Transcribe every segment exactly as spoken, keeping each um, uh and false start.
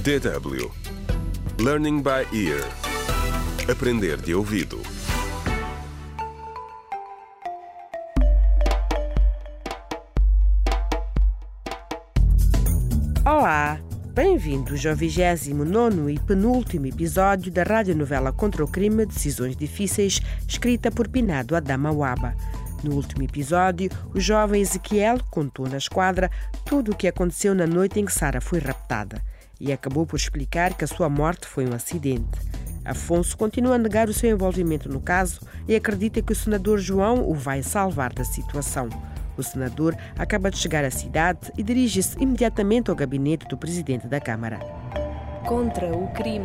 D W Learning by Ear. Aprender de ouvido. Olá, bem-vindos ao vigésimo nono e penúltimo episódio da radionovela Contra o Crime, Decisões Difíceis, escrita por Pinado Adama Waba. No último episódio, o jovem Ezequiel contou na esquadra tudo o que aconteceu na noite em que Sara foi raptada e acabou por explicar que a sua morte foi um acidente. Afonso continua a negar o seu envolvimento no caso e acredita que o senador João o vai salvar da situação. O senador acaba de chegar à cidade e dirige-se imediatamente ao gabinete do presidente da Câmara. Contra o crime.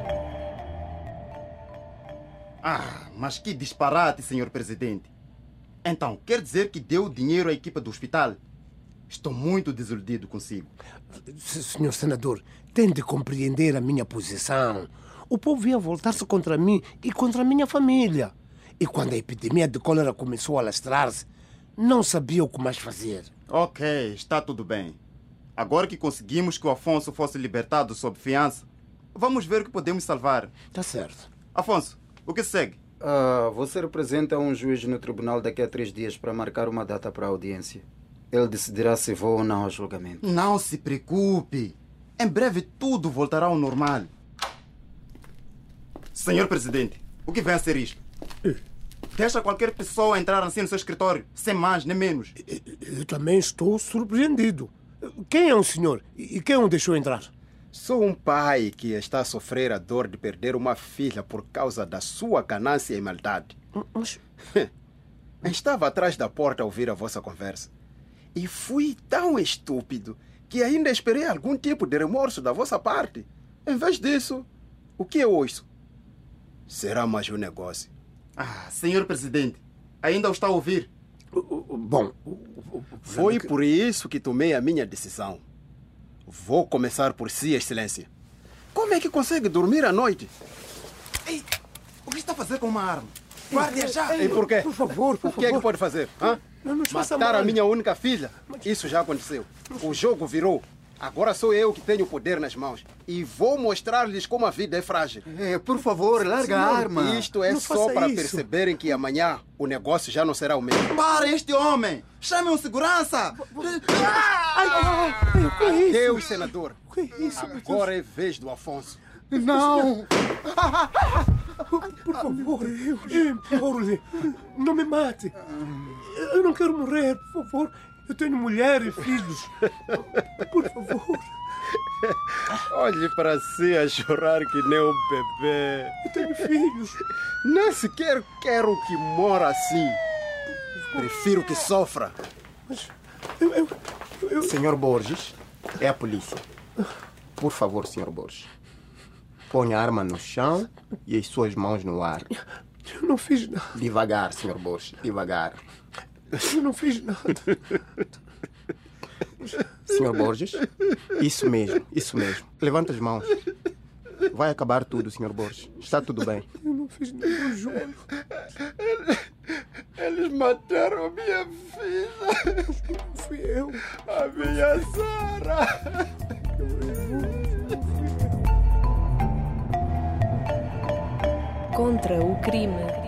Ah, mas que disparate, senhor presidente. Então, quer dizer que deu dinheiro à equipa do hospital? Estou muito desiludido consigo. Senhor senador, tem de compreender a minha posição. O povo ia voltar-se contra mim e contra a minha família. E quando a epidemia de cólera começou a alastrar-se, não sabia o que mais fazer. Ok, está tudo bem. Agora que conseguimos que o Afonso fosse libertado sob fiança, vamos ver o que podemos salvar. Tá certo. Afonso, o que segue? Ah, você representa um juiz no tribunal daqui a três dias para marcar uma data para a audiência. Ele decidirá se vou ou não ao julgamento. Não se preocupe. Em breve tudo voltará ao normal. Senhor presidente, o que vem a ser isto? Deixa qualquer pessoa entrar assim no seu escritório, sem mais nem menos. Eu também estou surpreendido. Quem é o senhor e quem o deixou entrar? Sou um pai que está a sofrer a dor de perder uma filha por causa da sua ganância e maldade. Mas... Estava atrás da porta a ouvir a vossa conversa. E fui tão estúpido que ainda esperei algum tipo de remorso da vossa parte. Em vez disso, o que eu ouço? Será mais um negócio. Ah, senhor presidente, ainda o está a ouvir? Bom... Foi por isso que tomei a minha decisão. Vou começar por si, excelência. Como é que consegue dormir à noite? Ei, o que está a fazer com uma arma? Guarde-a já! E por quê? Por favor, por O que é que favor. pode fazer? Hã? Não nos faça Matar mal. a minha única filha? Isso já aconteceu. O jogo virou. Agora sou eu que tenho o poder nas mãos. E vou mostrar-lhes como a vida é frágil. É, por favor, larga a arma. Isto é Não só faça para isso. perceberem que amanhã o negócio já não será o mesmo. Para este homem! Chame um segurança! Ai, ai, o que é isso? Deus, senador. O que é isso? meu Deus? Agora é vez do Afonso. Não! Por favor, eu imploro-lhe, não me mate. Eu não quero morrer, por favor. Eu tenho mulher e filhos. Por favor. Olhe para si a chorar que nem um bebê. Eu tenho filhos. Nem sequer quero que mora assim. Prefiro que sofra. Eu, eu, eu... Senhor Borges, é a polícia. Por favor, senhor Borges. Ponha a arma no chão e as suas mãos no ar. eu não fiz nada. Devagar, senhor Borges, devagar. Eu não fiz nada. Senhor Borges, isso mesmo, isso mesmo. Levanta as mãos. Vai acabar tudo, senhor Borges. Está tudo bem. Eu não fiz nada, João. Eles mataram a minha filha. Não fui eu. A minha Sara. Contra o crime.